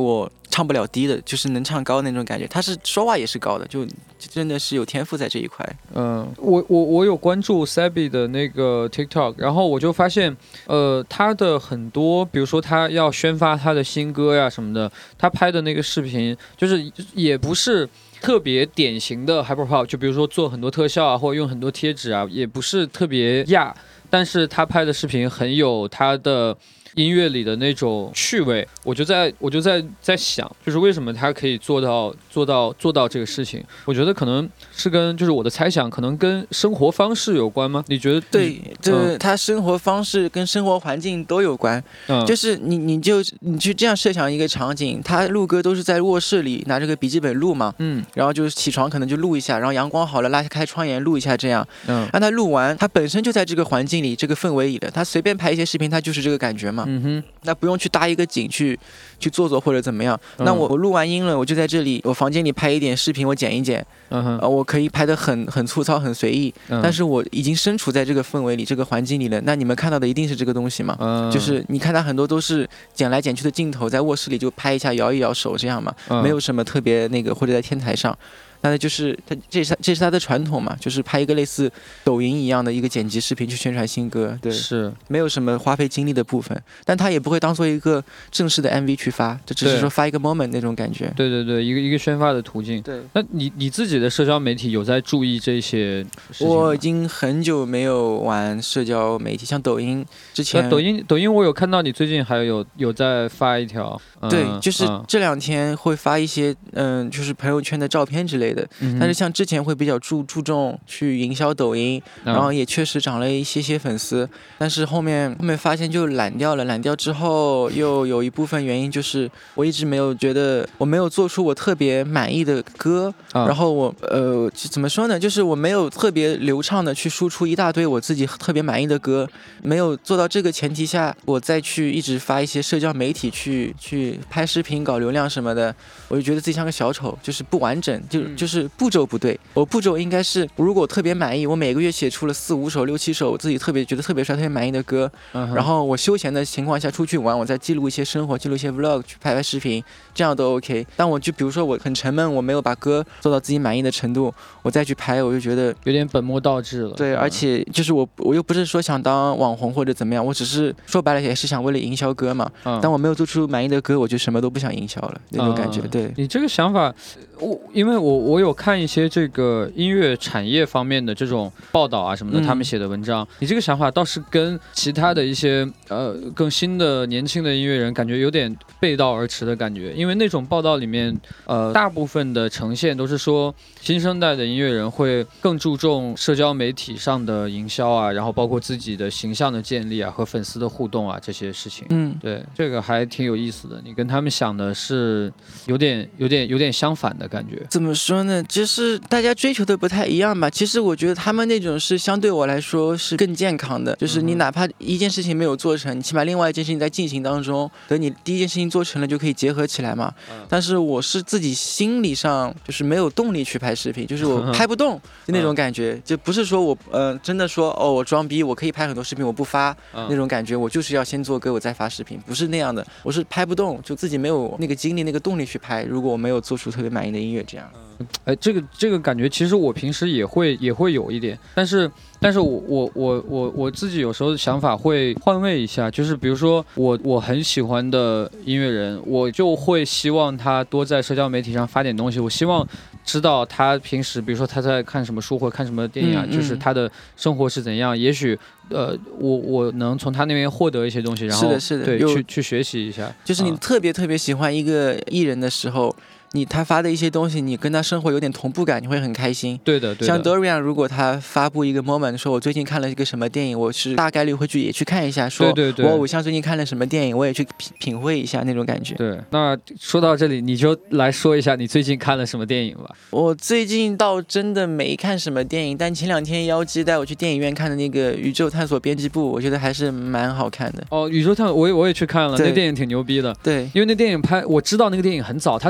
Speaker 2: 唱不了低的，就是能唱高那种感觉。他是说话也是高的，就真的是有天赋在这一块。
Speaker 1: 嗯，我我我有关注 Sabi 的那个 TikTok， 然后我就发现，呃，他的很多，比如说他要宣发他的新歌呀什么的，他拍的那个视频，就是也不是特别典型的 hyperpop， 就比如说做很多特效啊，或者用很多贴纸啊，也不是特别亚，但是他拍的视频很有他的音乐里的那种趣味，我就在我就在在想，就是为什么他可以做到做到做到这个事情？我觉得可能是跟就是我的猜想，可能跟生活方式有关吗？你觉得？
Speaker 2: 对，这、嗯、他生活方式跟生活环境都有关。嗯，就是你你就你去这样设想一个场景，他录歌都是在卧室里拿着个笔记本录嘛，嗯，然后就是起床可能就录一下，然后阳光好了拉开窗帘录一下这样，嗯，让他录完，他本身就在这个环境里这个氛围里的，他随便拍一些视频，他就是这个感觉嘛。嗯哼，那不用去搭一个景去去做做或者怎么样。嗯、那我我录完音了，我就在这里，我房间里拍一点视频，我剪一剪，嗯哼，呃、我可以拍得很很粗糙很随意，嗯、但是我已经身处在这个氛围里这个环境里了。那你们看到的一定是这个东西嘛？嗯、就是你看他很多都是剪来剪去的镜头，在卧室里就拍一下摇一摇手这样嘛，嗯、没有什么特别那个，或者在天台上。那就是他，这是这是他的传统嘛，就是拍一个类似抖音一样的一个剪辑视频去宣传新歌，对，
Speaker 1: 是
Speaker 2: 没有什么花费精力的部分，但他也不会当做一个正式的 M V 去发，就只是说发一个 moment 那种感觉。
Speaker 1: 对对对，一个一个宣发的途径。
Speaker 2: 对，
Speaker 1: 那你你自己的社交媒体有在注意这些事情吗？
Speaker 2: 我已经很久没有玩社交媒体，像抖音之前，
Speaker 1: 抖音抖音我有看到你最近还有有在发一条，
Speaker 2: 嗯、对，就是这两天会发一些嗯、呃，就是朋友圈的照片之类的。嗯、但是像之前会比较注注重去营销抖音，嗯、然后也确实涨了一些些粉丝，但是后面后面发现就懒掉了，懒掉之后又有一部分原因就是我一直没有觉得我没有做出我特别满意的歌，嗯、然后我呃怎么说呢，就是我没有特别流畅的去输出一大堆我自己特别满意的歌，没有做到这个前提下，我再去一直发一些社交媒体去去拍视频搞流量什么的，我就觉得自己像个小丑，就是不完整，就就是。步骤不对，我步骤应该是，如果特别满意，我每个月写出了四五首、六七首我自己特别觉得特别帅、特别满意的歌，嗯、然后我休闲的情况下出去玩，我再记录一些生活，记录一些 vlog， 去拍拍视频，这样都 OK。但我就比如说我很沉闷，我没有把歌做到自己满意的程度，我再去拍，我就觉得
Speaker 1: 有点本末倒置了。
Speaker 2: 对，而且就是我我又不是说想当网红或者怎么样，我只是说白了也是想为了营销歌嘛。嗯、但我没有做出满意的歌，我就什么都不想营销了那种感觉。
Speaker 1: 嗯、
Speaker 2: 对，
Speaker 1: 你这个想法，我因为我我有看一些这个音乐产业方面的这种报道啊什么的，嗯、他们写的文章，你这个想法倒是跟其他的一些呃更新的年轻的音乐人感觉有点背道而驰的感觉，因为那种报道里面呃大部分的呈现都是说新生代的音乐人会更注重社交媒体上的营销啊，然后包括自己的形象的建立啊和粉丝的互动啊这些事情。嗯，对，这个还挺有意思的，你跟他们想的是有点有点有点相反的感觉。
Speaker 2: 怎么说呢，就是大家追求的不太一样吧。其实我觉得他们那种是相对我来说是更健康的，就是你哪怕一件事情没有做成，你起码另外一件事情在进行当中，等你第一件事情做成了就可以结合起来嘛。但是我是自己心理上就是没有动力去拍视频，就是我拍不动就那种感觉，就不是说我呃真的说哦我装逼我可以拍很多视频我不发那种感觉，我就是要先做歌我再发视频，不是那样的，我是拍不动，就自己没有那个精力那个动力去拍，如果我没有做出特别满意的音乐这样。
Speaker 1: 哎，这个这个感觉其实我平时也会也会有一点，但是但是我我我我我自己有时候想法会换位一下，就是比如说我我很喜欢的音乐人，我就会希望他多在社交媒体上发点东西，我希望知道他平时比如说他在看什么书或看什么电影啊，嗯嗯、就是他的生活是怎样，也许呃我我能从他那边获得一些东西，然后
Speaker 2: 是的是的
Speaker 1: 对去去学习一下，
Speaker 2: 就是你特别特别喜欢一个艺人的时候。你他发的一些东西，你跟他生活有点同步感，你会很开心。
Speaker 1: 对的，对的。
Speaker 2: 像 Dorian 如果他发布一个 moment 说，我最近看了一个什么电影，我是大概率会去也去看一下，说
Speaker 1: 对对对，
Speaker 2: 我偶像最近看了什么电影，我也去品品味一下那种感觉。
Speaker 1: 对，那说到这里，你就来说一下你最近看了什么电影吧。
Speaker 2: 我最近倒真的没看什么电影，但前两天妖姬带我去电影院看的那个《宇宙探索编辑部》，我觉得还是蛮好看的。
Speaker 1: 哦，宇宙探索我也我也去看了，那电影挺牛逼的。
Speaker 2: 对，
Speaker 1: 因为那电影拍，我知道那个电影很早，他早就拍好。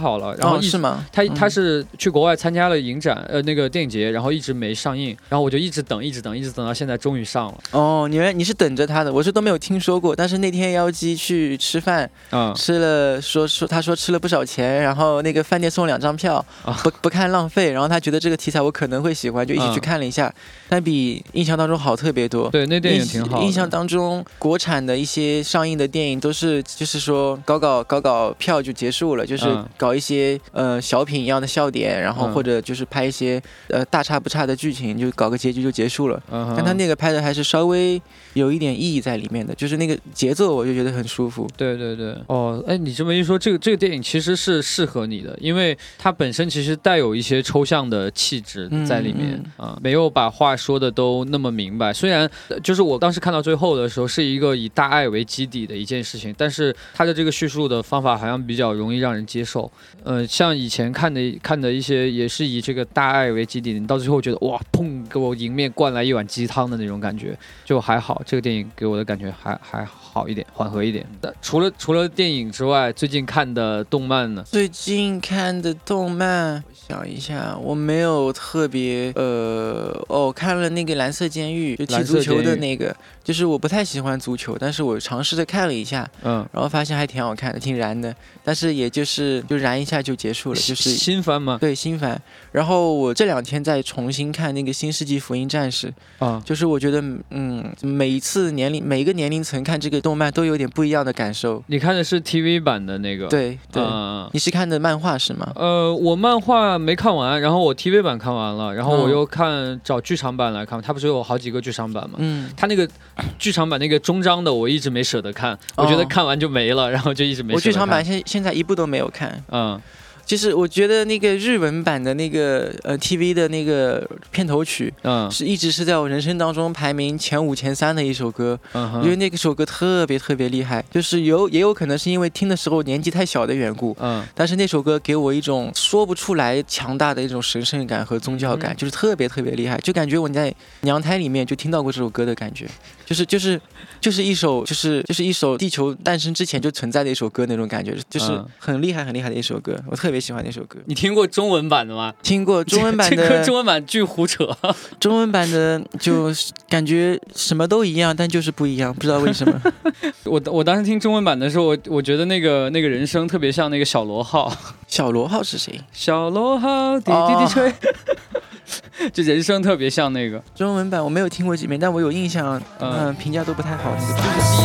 Speaker 1: 好了，然后、
Speaker 2: 哦、是吗？
Speaker 1: 他他是去国外参加了影展，呃，那个电影节，然后一直没上映，然后我就一直等，一直等，一直等到现在，终于上了。
Speaker 2: 哦，你你是等着他的，我是都没有听说过。但是那天妖姬去吃饭，嗯，吃了说说他说吃了不少钱，然后那个饭店送两张票，啊、不不看浪费。然后他觉得这个题材我可能会喜欢，就一起去看了一下，嗯、但比印象当中好特别多。
Speaker 1: 对，那电影挺好的。
Speaker 2: 印象当中国产的一些上映的电影都是就是说搞搞搞搞票就结束了，就是搞一些、嗯、呃小品一样的笑点，然后或者就是拍一些呃大差不差的剧情，就搞个结局就结束了。嗯、但他那个拍的还是稍微有一点意义在里面的，就是那个节奏我就觉得很舒服。
Speaker 1: 对对对，哦，哎，你这么一说，这个这个电影其实是适合你的，因为它本身其实带有一些抽象的气质在里面啊、嗯嗯呃，没有把话说的都那么明白。虽然就是我当时看到最后的时候是一个以大爱为基底的一件事情，但是它的这个叙述的方法好像比较容易让人接受。呃，像以前看的看的一些也是以这个大爱为基底的，你到最后觉得哇，砰，给我迎面灌来一碗鸡汤的那种感觉，就还好。这个电影给我的感觉还还好一点，缓和一点。除了除了电影之外，最近看的动漫呢？
Speaker 2: 最近看的动漫，我想一下，我没有特别呃哦，看了那个《蓝色监狱》，就踢足球的那个，就是我不太喜欢足球，但是我尝试着看了一下，嗯，然后发现还挺好看的，挺燃的，但是也就是就燃一下就结束了，就是
Speaker 1: 新番吗？
Speaker 2: 对，新番。然后我这两天在重新看那个《新世纪福音战士》啊，就是我觉得嗯，每一次年龄每一个年龄层看这个动漫都有点不一样的感受。
Speaker 1: 你看的是 T V 版的那个？
Speaker 2: 对对、嗯，你是看的漫画是吗？
Speaker 1: 呃，我漫画没看完，然后我 T V 版看完了，然后我又看找剧场版来看，它不是有好几个剧场版吗？嗯，它那个剧场版那个终章的我一直没舍得看，我觉得看完就没了，然后就一直没舍得看。
Speaker 2: 我剧场版现现在一部都没有看。嗯。就是我觉得那个日文版的那个呃 T V 的那个片头曲，嗯，是一直是在我人生当中排名前五前三的一首歌，嗯，因为那个首歌特别特别厉害，就是有也有可能是因为听的时候年纪太小的缘故，嗯，但是那首歌给我一种说不出来强大的一种神圣感和宗教感，嗯、就是特别特别厉害，就感觉我在娘胎里面就听到过这首歌的感觉，就是就是就是一首就是就是一首地球诞生之前就存在的一首歌那种感觉，就是很厉害很厉害的一首歌，我特别喜欢那首歌。
Speaker 1: 你听过中文版的吗？
Speaker 2: 听过中文版的，
Speaker 1: 这个中文版巨胡扯。
Speaker 2: 中文版的就感觉什么都一样，但就是不一样，不知道为什么。
Speaker 1: 我我当时听中文版的时候，我我觉得那个那个人声特别像那个小螺号。
Speaker 2: 小螺号是谁？
Speaker 1: 小螺号滴滴滴吹。哦、就人声特别像那个。
Speaker 2: 中文版我没有听过几遍，但我有印象，嗯，呃、评价都不太好。那个就是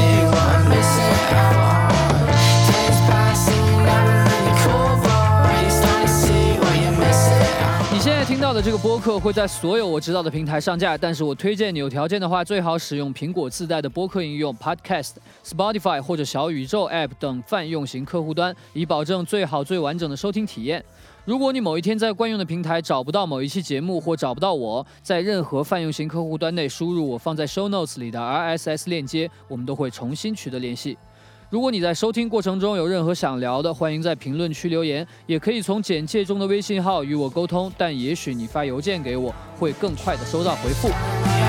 Speaker 1: 你现在听到的这个播客会在所有我知道的平台上架，但是我推荐你有条件的话，最好使用苹果自带的播客应用 Podcast、Spotify 或者小宇宙 App 等泛用型客户端，以保证最好最完整的收听体验。如果你某一天在惯用的平台找不到某一期节目或找不到我，在任何泛用型客户端内输入我放在 show notes 里的 R S S 链接，我们都会重新取得联系。如果你在收听过程中有任何想聊的，欢迎在评论区留言，也可以从简介中的微信号与我沟通，但也许你发邮件给我会更快的收到回复。